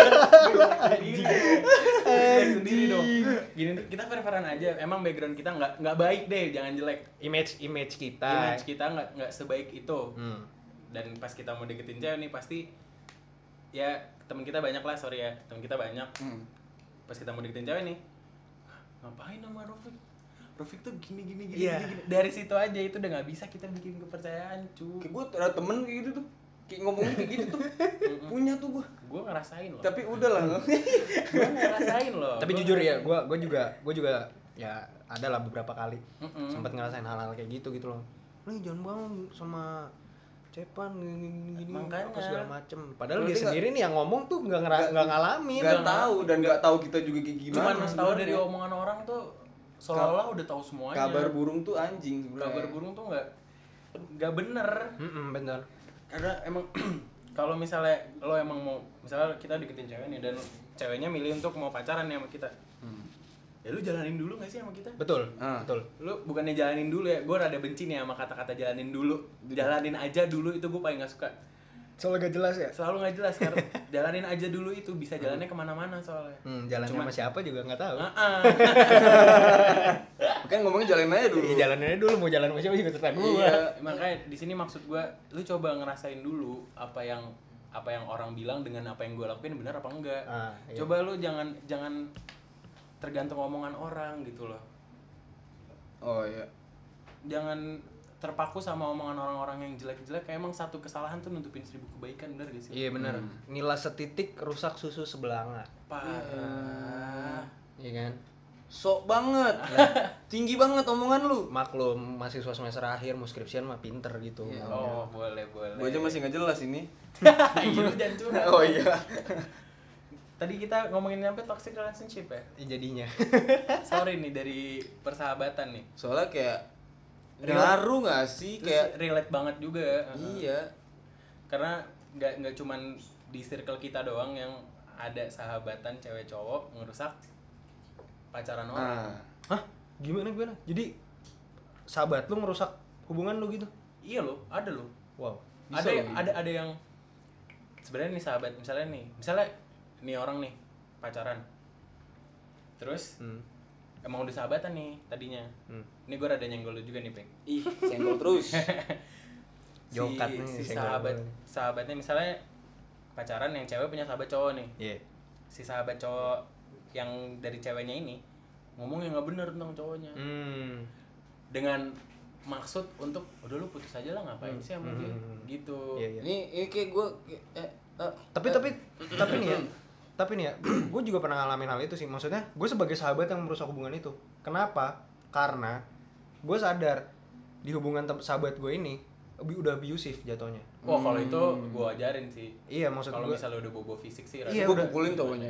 Jangan sendiri dong. Gini kita fair-fairan aja. Emang background kita nggak nggak baik deh, jangan jelek. Image image kita. Image kita nggak nggak sebaik itu. Hmm. Dan pas kita mau deketin cewek nih pasti ya teman kita banyak lah, sorry ya teman kita banyak. Hmm. Pas kita mau deketin cewek nih, ngapain sama Rofik? Rofik tuh gini gini gini, Iya. gini, gini. Dari situ aja itu udah nggak bisa kita bikin kepercayaan cu. Kayak gue ada temen kayak gitu tuh. kayak ngomongin kayak gitu tuh punya tuh gue. Gue ngerasain loh. Tapi udah lah. Gue ngerasain loh. Tapi Gua jujur ya, ngerasain. gue gue juga gue juga ya ada lah beberapa kali Mm-mm. sempat ngerasain hal-hal kayak gitu gitu loh. Nih jangan bangun sama Cepan gini gini Makanya. apa segala macem. Padahal Berarti dia nggak- sendiri nih yang ngomong tuh nggak ngera- nggak ngalamin. Nggak tahu dan nggak tahu kita juga kayak gimana. Cuman tahu sebenarnya. dari omongan orang tuh seolah-olah udah tahu semuanya. Kabar burung tuh anjing sebenarnya. Kabar burung tuh nggak nggak bener. Mm-mm, bener. Karena emang kalau misalnya lo emang mau, misalnya kita deketin cewek nih dan ceweknya milih untuk mau pacaran nih sama kita, Hmm. ya lu jalanin dulu nggak sih sama kita? Betul. Ah. Betul. Lu bukannya jalanin dulu ya, gue rada benci nih sama kata-kata jalanin dulu. Jalanin aja dulu itu gue paling nggak suka. Soalnya gak jelas ya. Selalu nggak jelas karena jalanin aja dulu itu bisa jalannya kemana-mana soalnya. Hmm, jalannya Cuma- sama siapa juga nggak tahu. Ah, ah. Kan ngomongnya jalanin aja dulu. Iya, jalannya dulu mau jalan sama siapa juga terserah gua. Iya. Makanya di sini maksud gue, lu coba ngerasain dulu apa yang apa yang orang bilang dengan apa yang gue lakuin benar apa enggak. Ah, iya. Coba lu jangan jangan tergantung omongan orang gitu loh. Oh iya. Jangan terpaku sama omongan orang-orang yang jelek-jelek. Kayak emang satu kesalahan tuh nutupin seribu kebaikan, benar gak sih? Iya benar. Nila setitik rusak susu sebelanga. Parah. Iya kan? Sok banget. Tinggi banget omongan lu. Maklum mahasiswa semester akhir mau skripsian mah pinter gitu. Iya. Oh, boleh, boleh. Gue aja masih nggak jelas ini. Iya, jangan curhat. Oh iya. Tadi kita ngomongin sampai toxic relationship ya. Ih, jadinya. Sorry nih dari persahabatan nih. Soalnya kayak Relate. ngaruh nggak sih Terus kayak relate banget juga. iya. Karena nggak nggak cuman di circle kita doang yang ada sahabatan cewek cowok ngerusak pacaran orang. Nah, Hah? Gimana gimana? Jadi sahabat lu ngerusak hubungan lu gitu? Iya loh, ada loh. Wow. Ada loh yang, gitu. ada ada yang sebenarnya nih sahabat, misalnya nih, misalnya nih orang nih pacaran. Terus Hmm. emang udah sahabatan nih tadinya. Hmm. Ini gue rada nyenggol lu juga nih, Peng. ih, senggol terus. Si, Jokat nih, si senggol sahabat gue. sahabatnya misalnya pacaran yang cewek punya sahabat cowok nih. Iya. Si sahabat cowok yang dari ceweknya ini ngomong yang nggak bener tentang cowoknya Hmm. dengan maksud untuk udah lu putus aja lah, ngapain sih sama dia Hmm. gitu. Iya, iya. Ini ini kayak gue eh, eh, Tapi tapi tapi nih ya. Tapi nih ya, gue juga pernah ngalamin hal itu sih. Maksudnya, gue sebagai sahabat yang merusak hubungan itu. Kenapa? Karena gue sadar di hubungan tem- sahabat gue ini abi- udah abusive jatuhnya. Wah, kalau itu gua ajarin sih. Iya, maksud Kalau gue. misalnya udah bobo fisik sih Iya, gue udah. pukulin cowoknya.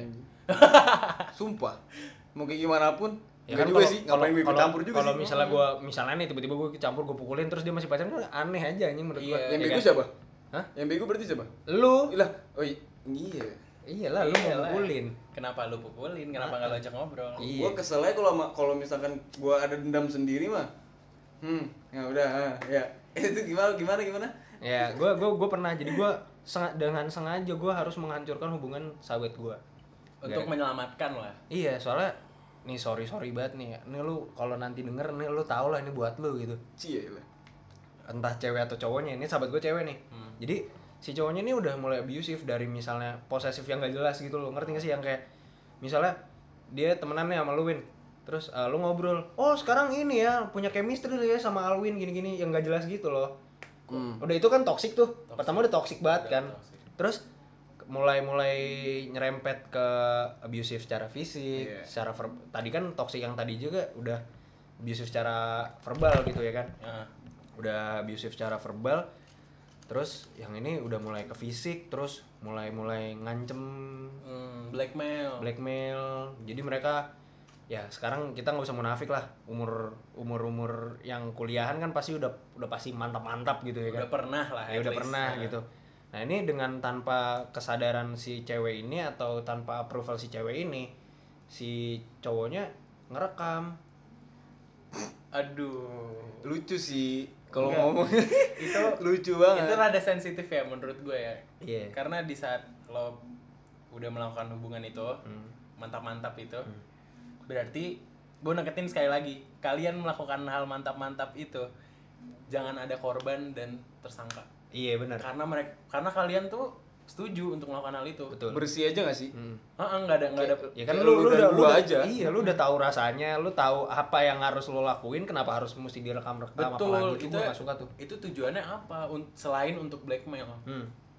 Sumpah. Mau kayak gimana pun. Ya Enggak kan juga kalau- sih, ngapain gue ikut kalau- campur juga Kalau sih. misalnya gue misalnya nih tiba-tiba gue campur gue pukulin terus dia masih pacaran kan aneh aja anjing menurut gue. Iya. Yang Ya bego kan? siapa? Hah? Yang bego berarti siapa? Lu. Ilah, oh iya. Iya. Iyalah lu mau Iyalah. pukulin. Kenapa lu pukulin? Kenapa nggak lu ajak ngobrol? Iya. Gue kesel aja kalau ma- kalau misalkan gue ada dendam sendiri mah. Hmm, ya udah, ah, ya. Itu gimana gimana gimana? Ya, gue gue gue pernah jadi gue senga- dengan sengaja gue harus menghancurkan hubungan sahabat gue. Untuk menyelamatkan lah. Iya, soalnya nih sorry sorry banget nih. Nih lu kalau nanti denger nih lu tau lah ini buat lu gitu. Cie lah. Entah cewek atau cowoknya, ini sahabat gue cewek nih. Hmm. Jadi si cowoknya ini udah mulai abusive dari misalnya posesif yang gak jelas gitu loh. Ngerti gak sih yang kayak misalnya dia temenan nih sama lu Win. Terus uh, lu ngobrol, "Oh, sekarang ini ya punya chemistry lu ya sama Alwin gini-gini," yang gak jelas gitu loh. Hmm. Udah itu kan toxic tuh. Toxic. Pertama udah toxic banget Udah kan. toxic. Terus mulai-mulai nyerempet ke abusive secara fisik, Iya. secara ver- tadi kan toxic yang tadi juga udah abusive secara verbal gitu ya kan. Nah, Udah abusive secara verbal. Terus yang ini udah mulai ke fisik, terus mulai-mulai ngancem, hmm, blackmail. blackmail. Jadi mereka ya sekarang kita nggak usah munafik lah. Umur umur umur yang kuliahan kan pasti udah udah pasti mantap-mantap gitu ya kan. Udah pernah lah. Ya at udah least. pernah Nah. gitu. Nah ini dengan tanpa kesadaran si cewek ini atau tanpa approval si cewek ini, si cowoknya ngerekam. Aduh. Lucu sih kalau Enggak. ngomong. Itu Lucu banget. itu rada sensitif ya menurut gue ya. Iya. Karena di saat lo udah melakukan hubungan itu, Hmm. mantap-mantap itu, berarti gue neketin sekali lagi, kalian melakukan hal mantap-mantap itu, jangan ada korban dan tersangka. Iya benar. Karena mereka, karena kalian tuh setuju untuk melakukan hal itu. Betul. Bersih aja gak sih? Hmm. Heeh, nggak ada nggak ada. Ya kan Kayak lu, lu lu dan udah lu gua udah- aja. Iya, lu udah tahu rasanya, lu tahu apa yang harus lu lakuin, kenapa harus mesti direkam-rekam Betul, apalagi itu itu gua gak suka tuh. itu tujuannya apa? Un- selain untuk blackmail. Hmm.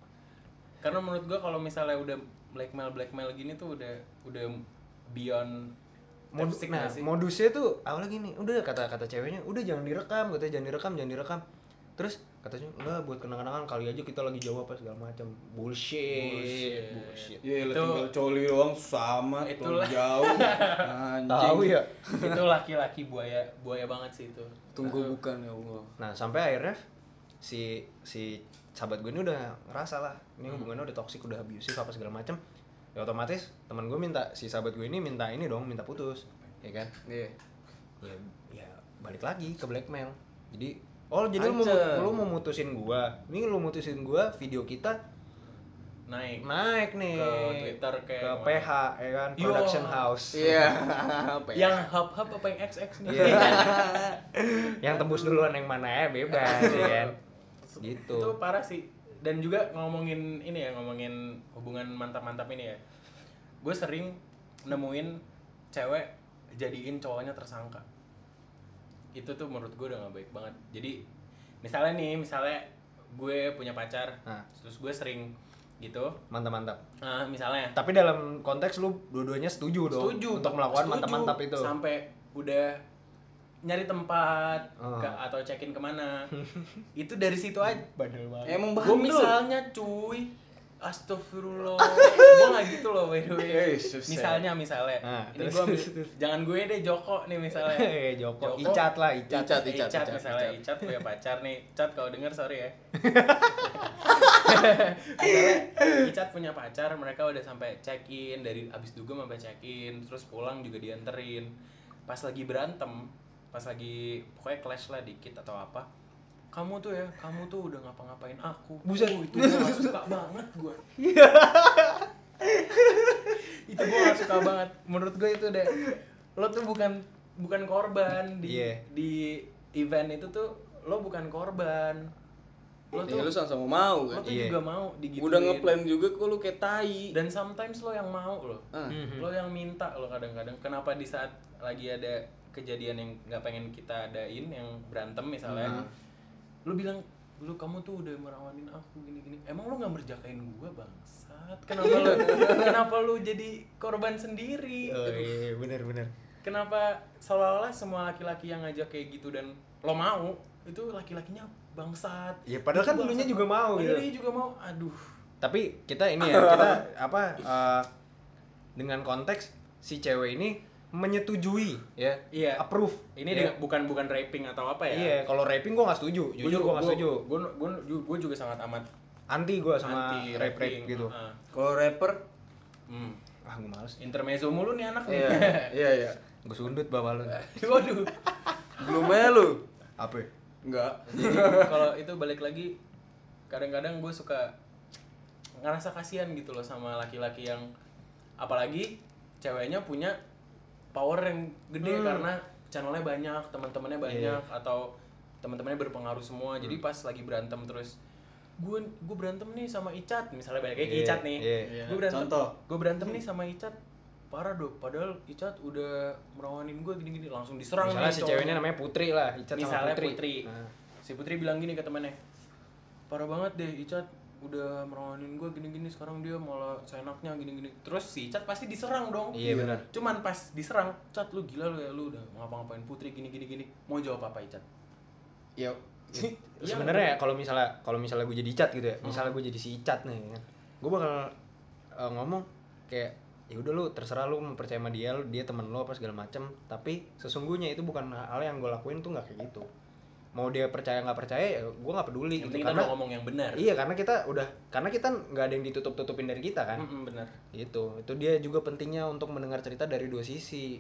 Karena menurut gua kalau misalnya udah blackmail blackmail gini tuh udah udah beyond Mod- toxic nah, nggak sih? modusnya tuh awalnya gini, udah kata-kata ceweknya, udah jangan direkam, katanya jangan direkam, jangan direkam. Terus katanya enggak, buat kenang-kenangan, kali aja kita lagi jawab apa segala macam. Bullshit. Bullshit. Iya, Itu- tinggal coli doang sama, Itulah. jauh. Anjing. Tahu ya. Itu laki-laki buaya buaya banget sih itu. Tunggu bukan ya Allah. Nah, sampai akhirnya si si sahabat gue ini udah ngerasa lah, ini hubungannya udah toksik, udah abusive apa segala macam. Ya otomatis teman gue minta, si sahabat gue ini minta ini dong, minta putus, ya kan? Iya. Ya, ya balik lagi ke blackmail. Jadi, oh jadi lu mau Ancam. lu mau mutusin gua. Ini lu mutusin gua, video kita Naik naik nih Ke Twitter kayak ke mana? P H ya kan, Yo. production house. Iya. Apa ya? yang hub-hub apa yang X X nih? Yang tembus duluan yang mana ya bebas ya kan. Gitu. Itu parah sih. Dan juga ngomongin ini ya, ngomongin hubungan mantap-mantap ini ya. Gue sering nemuin cewek jadiin cowoknya tersangka. Itu tuh menurut gue udah gak baik banget. Jadi misalnya nih, misalnya gue punya pacar, Nah. terus gue sering gitu. Mantap-mantap. Nah, misalnya Tapi dalam konteks lu dua-duanya setuju dong setuju untuk melakukan setuju. mantap-mantap itu. Sampai udah nyari tempat Oh. ke, atau check-in kemana. Itu dari situ aja. Bandel banget. Emang Gue bandel. misalnya cuy, astagfirullah, gue nggak gitu loh by the way. Eh, susah. Misalnya, misalnya, Nah, ini terus, gue terus, terus. jangan gue deh Joko nih misalnya. Eh, Joko. Icat lah, Icat. Icat, Eh, Icat, Icat, Icat, misalnya Icat. Icat punya pacar nih, Icat kalau denger sorry ya. Misalnya Icat punya pacar, mereka udah sampai check in, dari abis dugem sampai check in, terus pulang juga dianterin. Pas lagi berantem, pas lagi pokoknya clash lah dikit atau apa, kamu tuh ya, kamu tuh udah ngapa-ngapain aku. Buset. Uh, itu gue gak suka banget gue. Itu gue gak suka banget. Menurut gue itu udah, lo tuh bukan bukan korban di Iya. di event itu tuh, lo bukan korban. Lo tuh Ya lu sama-sama mau lo kan. tuh Iya. juga mau digituin. Udah ngeplan juga kok lu kayak tai. Dan sometimes lo yang mau lo. Ah. Lo yang minta lo kadang-kadang. Kenapa di saat lagi ada kejadian yang nggak pengen kita adain, yang berantem misalnya, Hmm. lo bilang, lu kamu tuh udah merawanin aku gini-gini. Emang lo nggak merjakain gua bangsat? Kenapa lo kenapa lo jadi korban sendiri? Oh iya, bener-bener. Kenapa seolah-olah semua laki-laki yang ngajak kayak gitu dan lo mau, itu laki-lakinya bangsat. Ya, padahal Itu kan dulunya bangsat. juga mau Padahal gitu. dia juga mau. Aduh. Tapi kita ini ya, kita apa eh, dengan konteks si cewek ini menyetujui ya, Iya. approve. Ini ya. dengan, bukan bukan raping atau apa ya? Iya, kalau raping gue nggak setuju, jujur gue nggak setuju. Gue gue juga sangat amat Anti gue sama anti rape rape raping. gitu. Heeh. Kalau rapper Hmm. Ah gue males. Intermezzo mulu nih anak nih. iya, iya, iya. Gue sundut bapak lu. Waduh. Belum aja lu. Apa? Enggak. Jadi kalau itu balik lagi, kadang-kadang gue suka ngerasa kasihan gitu loh sama laki-laki yang, apalagi ceweknya punya power yang gede Hmm. karena channelnya banyak, teman-temannya banyak, atau teman-temannya berpengaruh semua. Jadi pas lagi berantem terus, gue gue berantem nih sama Icat, misalnya balik lagi ke Iya, Icat nih, iya. gue berantem, Contoh. gue berantem nih sama Icat, parah dok, padahal Icat udah merawanin gue gini-gini, langsung diserang Misalnya nih si cowoknya. ceweknya namanya Putri lah, Icat sama Misalnya Putri. Putri, Nah. si Putri bilang gini ke temennya, parah banget deh Icat udah merawanin gue gini-gini, sekarang dia malah seenaknya gini-gini. Terus si Icat pasti diserang dong. Iya, benar. Cuman pas diserang, Cat lu gila lu ya, lu udah ngapa-ngapain Putri gini-gini gini. Mau jawab apa Icat? Ya. Iya, Sebenarnya ya, kalau misalnya kalau misalnya gue jadi Icat gitu ya, misalnya gue jadi si Icat nih kan, gue bakal uh, ngomong kayak ya udah lu terserah lu mau percaya sama dia, lu, dia temen lu apa segala macem, tapi sesungguhnya itu bukan hal yang gue lakuin tuh nggak kayak gitu. Mau dia percaya nggak percaya ya gue nggak peduli Yang gitu. penting kita Karena udah ngomong yang benar. iya, karena kita udah karena kita nggak ada yang ditutup-tutupin dari kita kan. Mm-mm, benar. Itu itu dia juga pentingnya untuk mendengar cerita dari dua sisi.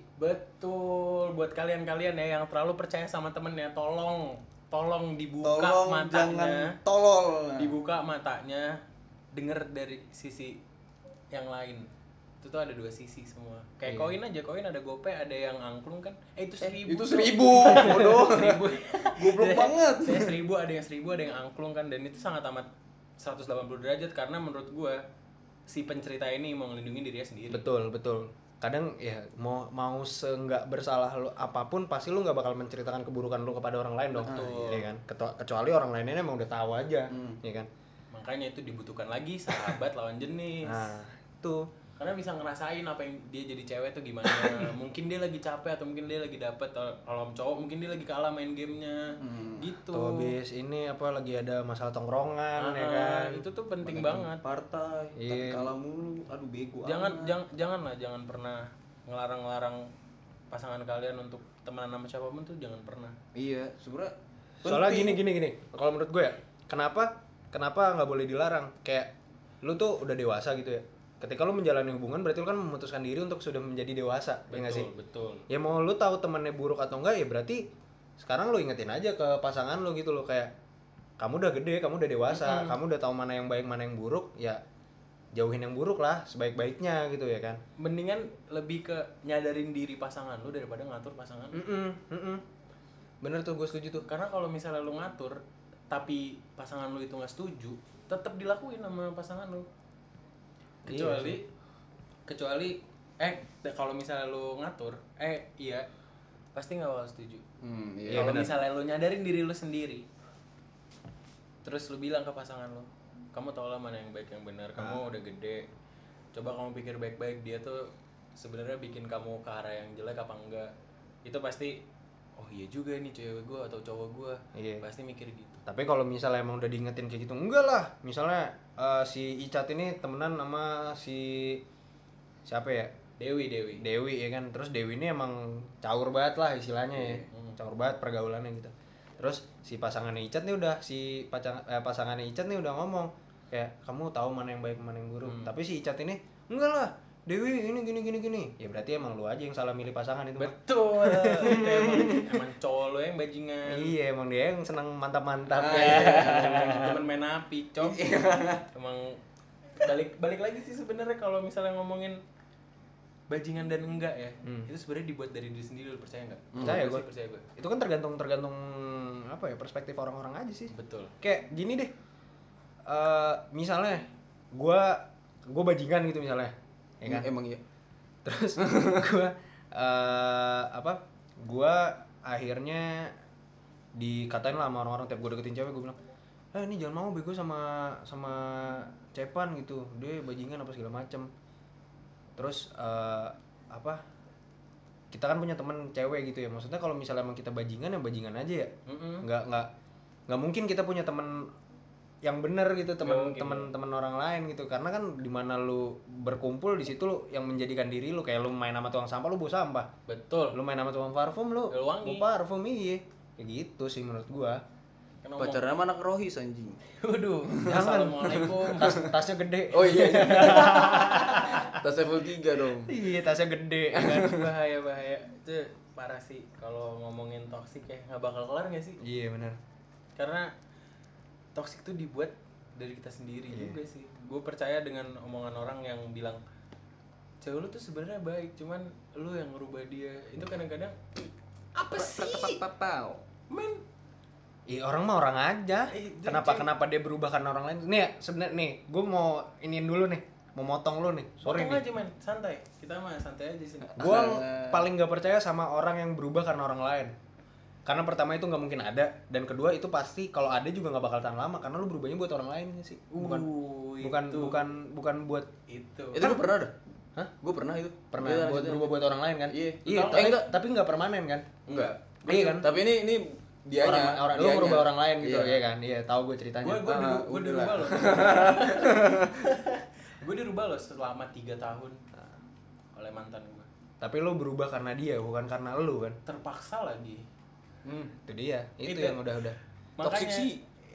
Betul, buat kalian-kalian ya yang terlalu percaya sama temennya, tolong tolong dibuka Tolong matanya. jangan tolol. Dibuka matanya, denger dari sisi yang lain. Itu tuh ada dua sisi semua. Kayak Iya. koin aja, koin ada gope, ada yang angklung kan. Eh itu seribu. Itu tuh. seribu, bodoh. Seribu. Goblok banget. Saya seribu, ada yang seribu, ada yang angklung kan. Dan itu sangat amat seratus delapan puluh derajat. Karena menurut gua si pencerita ini mau ngelindungin dirinya sendiri. Betul, betul. Kadang ya mau mau seenggak bersalah lu apapun pasti lu nggak bakal menceritakan keburukan lu kepada orang lain dong. Betul. Iya kan? Ketua- Kecuali orang lainnya emang udah tahu aja, Hmm. ya kan? Makanya itu dibutuhkan lagi sahabat lawan jenis. Nah, itu Karena bisa ngerasain apa yang dia jadi cewek tuh gimana. Mungkin dia lagi capek atau mungkin dia lagi dapet. Kalau cowok mungkin dia lagi kalah main gamenya. Hmm. Gitu. tuh habis ini apa lagi ada masalah tongkrongan Ah, ya kan. itu tuh penting Makin banget. partai tapi Iya. kalah mulu, aduh bego Jangan amat. jangan jangan lah jangan pernah ngelarang-larang pasangan kalian untuk temenan sama siapapun tuh jangan pernah. Iya sebenarnya Soalnya penting. gini gini gini. Kalau menurut gue ya, kenapa kenapa nggak boleh dilarang? Kayak lu tuh udah dewasa gitu ya. Ketika lu menjalani hubungan berarti lu kan memutuskan diri untuk sudah menjadi dewasa, ya nggak sih? Betul. Ya mau lu tahu temannya buruk atau enggak ya berarti sekarang lu ingetin aja ke pasangan lu gitu loh, kayak kamu udah gede, kamu udah dewasa, Mm-mm. kamu udah tahu mana yang baik mana yang buruk, ya jauhin yang buruk lah sebaik-baiknya gitu ya kan. Mendingan lebih ke nyadarin diri pasangan lu daripada ngatur pasangan lu. Mm-mm, mm-mm. Bener tuh, gue setuju tuh. Karena kalau misalnya lu ngatur tapi pasangan lu itu nggak setuju, tetap dilakuin sama pasangan lu. Kecuali kecuali eh kalau misalnya lu ngatur, eh iya pasti nggak bakal setuju. Hmm, Iya, iya. Kalau benar. misalnya lu nyadarin diri lu sendiri, terus lu bilang ke pasangan lu, kamu tau lah mana yang baik yang benar, kamu udah gede, coba kamu pikir baik-baik dia tuh sebenarnya bikin kamu ke arah yang jelek apa enggak. Itu pasti, oh iya juga nih cewek gue atau cowok gue, Iya. pasti mikir gitu. Tapi kalau misalnya emang udah diingetin kayak gitu, enggak lah. Misalnya eh, si Icat ini temenan sama si siapa ya? Dewi Dewi. Dewi ya kan. Terus Dewi ini emang caur banget lah istilahnya ya. Hmm. Caur banget pergaulannya gitu. Terus si pasangannya Icat nih udah si pacang, eh, pasangannya Icat nih udah ngomong kayak kamu tahu mana yang baik mana yang buruk. Hmm. Tapi si Icat ini enggak lah. Dewi ini gini gini gini. Ya berarti emang lu aja yang salah milih pasangan itu. Bang. Betul. Itu emang, emang cowok lu yang bajingan. Iya, emang dia yang senang mantap-mantap Ah, ya. iya. Temen main api, cok. Emang balik balik lagi sih sebenarnya kalau misalnya ngomongin bajingan dan enggak ya, Hmm. itu sebenarnya dibuat dari diri sendiri, lu percaya nggak? Percaya Gua gua. sih percaya gue. Itu kan tergantung tergantung apa ya perspektif orang-orang aja sih. Betul. Kayak gini deh. Eh misalnya gua gua bajingan gitu misalnya. Ya kan? Emang iya. Terus gua eh apa? Gua akhirnya dikatain lah sama orang-orang tiap gua deketin cewek gua bilang, "Eh ini jangan mau bego sama sama Cepan gitu. Dia bajingan apa segala macem." Terus eh apa? Kita kan punya teman cewek gitu ya. Maksudnya kalau misalnya emang kita bajingan ya bajingan aja ya. Mm-mm. nggak nggak nggak mungkin kita punya teman yang benar gitu, Nggak teman mungkin. teman teman orang lain gitu, karena kan dimana lu berkumpul di situ lu yang menjadikan diri lu, kayak lu main sama tukang sampah lu bau sampah, Betul. lu main sama tukang parfum lu Lu wangi. bau parfum, iya kayak gitu sih menurut gua. Kan ngomong- Pacarnya sama anak rohis anjing. Waduh. Jangan. Assalamualaikum. Tas tasnya gede. Oh iya. Tas level tiga dong. Iya tasnya gede kan. bahaya bahaya. Itu parah sih kalau ngomongin toksik ya, nggak bakal kelar nggak sih? Iya benar. Karena toksik tuh dibuat dari kita sendiri Iya. juga sih. Gue percaya dengan omongan orang yang bilang cewek lu tuh sebenarnya baik, cuman lu yang ngerubah dia. Itu kadang-kadang apa sih? Papau. Men, Iya orang mah orang aja. Eh, jadi- Kenapa kenapa dia berubah karena orang lain? Nih ya sebenarnya nih, gua mau iniin dulu nih, mau motong lu nih. Sorry potong nih. aja men, santai. Kita mah santai aja sini. Gue Asal- paling gak percaya sama orang yang berubah karena orang lain. Karena pertama itu nggak mungkin ada, dan kedua itu pasti kalau ada juga nggak bakal tahan lama karena lu berubahnya buat orang lain sih. Bukan Uh, bukan itu. bukan bukan buat itu. Itu gue pernah dah. Hah? Gue pernah itu. pernah Iya, buat lanjutin berubah aja. buat orang lain kan? Iya. Iya, Eh, tapi enggak. tapi nggak permanen kan? Enggak. Iya kan? Tapi ini ini dianya. orang orang lu dianya. merubah orang lain gitu, Iya. ya kan? Iya, tahu gue ceritanya. Gue gue Ah, gue udah dirubah lah. loh. Gue dirubah loh selama tiga tahun oleh mantan gue. Tapi lu berubah karena dia, bukan karena lu kan? Terpaksa lagi. Hmm. Itu dia, itu, Itu. yang udah-udah. Toxic Makanya- sih.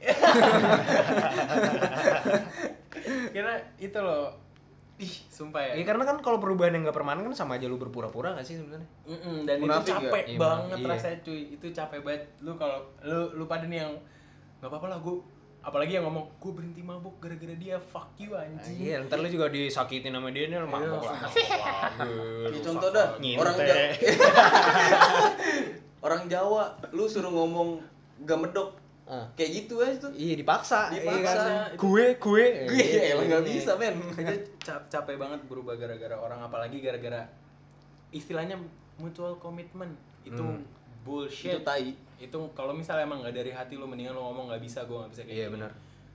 Kira itu loh. Ih, sumpah ya. Iya karena kan kalau perubahan yang nggak permanen kan sama aja lu berpura-pura nggak sih sebenarnya? Mm-mm, dan Munafik itu capek ya? Iya, banget iya. rasanya cuy. Itu capek banget. Lu kalau lu lu pada nih yang nggak apa-apa lah gue, apalagi yang ngomong gue berhenti mabuk gara-gara dia, fuck you anjing. Iya, ntar lu juga disakitin sama dia nih, lu mabok lah. Kayak contoh dah, orang Nginte. Jawa. Orang Jawa, lu suruh ngomong gak medok. Ah. Kayak gitu aja tuh. Iya dipaksa, Dipaksa. iya kan? Itu- Gue, gue, Gue Iya, emang gak iya. bisa, men. Itu cap- capek banget berubah gara-gara orang, apalagi gara-gara istilahnya mutual commitment. Itu Hmm. bullshit. Itu tai. Itu kalau misalnya emang nggak dari hati lu, mendingan lu ngomong nggak bisa, gue nggak bisa kayak Iya gini. benar.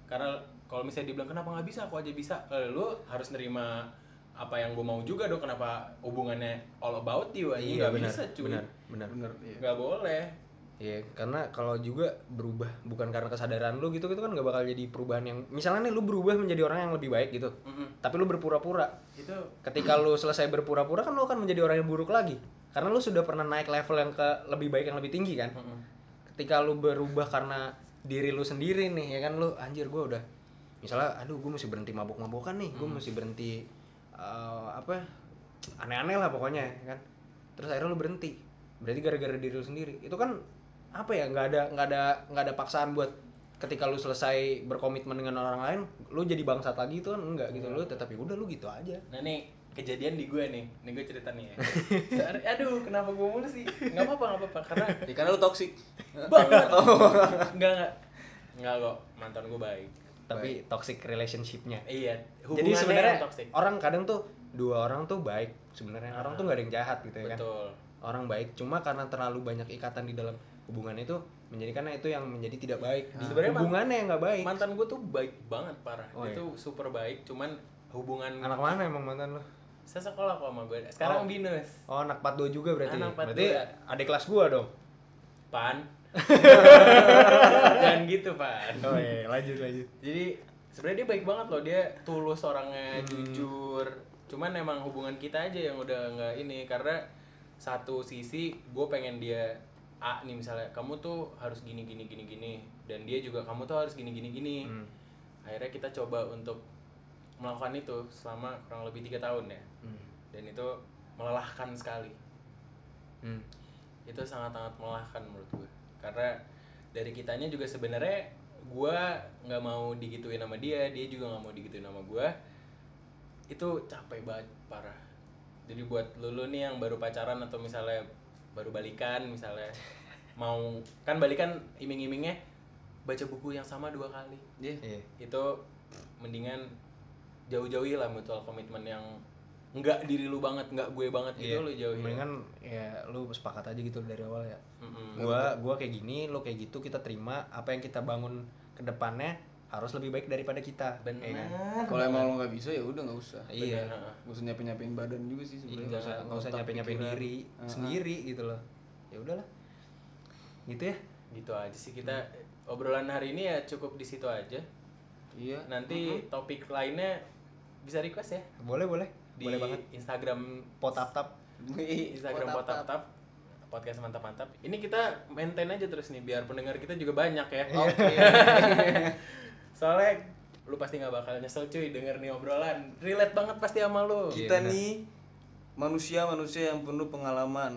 Karena kalau misalnya dibilang kenapa nggak bisa, aku aja bisa, eh, lu harus nerima apa yang gue mau juga dong. Kenapa hubungannya all about you aja? Iya, Nggak benar, bisa cuy, benar, benar. Bener, iya. nggak boleh. Iya, karena kalau juga berubah bukan karena kesadaran lu gitu, itu kan nggak bakal jadi perubahan yang misalnya nih lu berubah menjadi orang yang lebih baik gitu, Mm-mm. tapi lu berpura-pura. Itu Ketika lu selesai berpura-pura kan lu akan menjadi orang yang buruk lagi, karena lu sudah pernah naik level yang ke lebih baik yang lebih tinggi kan. Mm-mm. Ketika lu berubah karena diri lu sendiri nih, ya kan, lu anjir gue udah misalnya, aduh gue mesti berhenti mabok-mabokan nih, gue mesti berhenti uh, apa aneh-aneh lah pokoknya, ya kan. Terus akhirnya lu berhenti, berarti gara-gara diri lu sendiri. Itu kan apa ya, nggak ada nggak ada nggak ada paksaan buat ketika lu selesai berkomitmen dengan orang lain lu jadi bangsat lagi, itu kan enggak gitu. Lu tetap ya udah lu gitu aja. Nah nih kejadian di gue nih, nih gue cerita nih ya. Sorry, aduh kenapa gue mulu sih? Nggak apa-apa, nggak apa-apa, karena Ya karena lu toxic. banget. Nggak nggak nggak kok, mantan gue baik. Tapi toxic relationship-nya. Iya. Jadi hubungannya sebenarnya yang toxic. orang kadang tuh dua orang tuh baik sebenarnya, orang tuh nggak ada yang jahat gitu ya kan. Betul. Orang baik, cuma karena terlalu banyak ikatan di dalam hubungan itu menjadikan itu yang menjadi tidak baik. Di Sebenarnya man- hubungannya yang nggak baik. Mantan gue tuh baik banget parah. Oh, Itu super baik, cuman hubungan Anak mana emang mantan lo? sesekolah kok sama gue. Sekarang Oh. binus. Oh, anak empat dua juga berarti. Anak empat dua. Berarti adik kelas gua dong. Pan. Jangan gitu, Pan. Oh iya, lanjut lanjut. Jadi sebenarnya dia baik banget loh, dia tulus orangnya, jujur. Cuman emang hubungan kita aja yang udah nggak ini, karena satu sisi gue pengen dia A nih misalnya, kamu tuh harus gini gini gini gini, dan dia juga kamu tuh harus gini gini gini. Hmm. Akhirnya kita coba untuk melakukan itu selama kurang lebih tiga tahun ya, Hmm. dan itu melelahkan sekali. Hmm. Itu sangat-sangat melelahkan menurut gue, karena dari kitanya juga sebenarnya gue nggak mau digituin sama dia, dia juga nggak mau digituin sama gue. Itu capek banget parah. Jadi buat lulu nih yang baru pacaran atau misalnya baru balikan, misalnya mau kan balikan, iming-imingnya baca buku yang sama dua kali. Iya. Iya. Itu mendingan jauh-jauhi lah mutual komitmen yang enggak diri lu banget, enggak gue banget gitu. Iya. Lu jauhin. Mendingan ya lu sepakat aja gitu dari awal ya. Mm-mm. Gua gua kayak gini, lu kayak gitu, kita terima apa yang kita bangun ke depannya harus lebih baik daripada kita. Benar. Ya kan? Kalau emang lo nggak bisa ya udah nggak usah. Iya. Benar. Gak usah nyapin nyapin badan juga sih Iya, sebenarnya. nggak usah nggak usah Otak, nyampe nyampein pikiran. diri Ah, sendiri gitu loh. Ya udahlah. Gitu ya. Gitu aja sih kita obrolan hari ini ya, cukup di situ aja. Iya. Nanti topik lainnya bisa request ya Boleh boleh. di Boleh banget. Instagram Potap-tap. Instagram Potap-Tap podcast mantap-mantap. Ini kita maintain aja terus nih biar pendengar kita juga banyak ya. Oke. Soalnya lu pasti nggak bakal nyesel cuy denger nih obrolan. Relate banget pasti sama lu. Kita Iya, benar. nih manusia-manusia yang penuh pengalaman.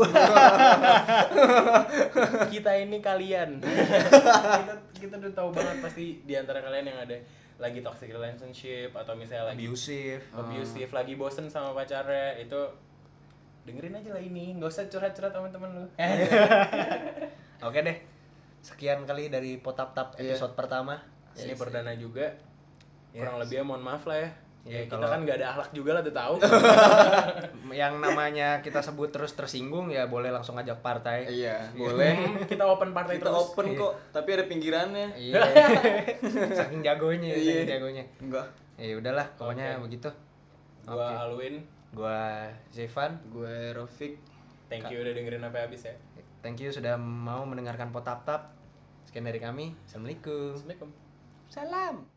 Kita ini kalian. kita kita udah tahu banget pasti di antara kalian yang ada lagi toxic relationship atau misalnya lagi Abusive. abusive, lagi bosen sama pacarnya, itu dengerin aja lah ini, nggak usah curhat-curhat sama temen lu. Oke deh. Sekian kali dari Potap-tap Iya. episode pertama. Ini perdana juga, kurang Yes. lebihnya mohon maaf lah ya. Ya, Ya, kita kalau- kan nggak ada akhlak juga lah, udah tahu. Yang namanya kita sebut terus tersinggung ya boleh langsung ajak partai. Iya, boleh. Kita open partai Kita terus. open kok, tapi ada pinggirannya. Iya. Saking jagonya, Iya. saking jagonya. Enggak. Ya udahlah, pokoknya Oke. begitu. Gua Oke. Alwin, Gua Zevan. Gue Rofik. thank you udah dengerin sampai habis ya. Thank you sudah mau mendengarkan Potap-tap. Sekian dari kami. Assalamualaikum. Assalamualaikum. Salam.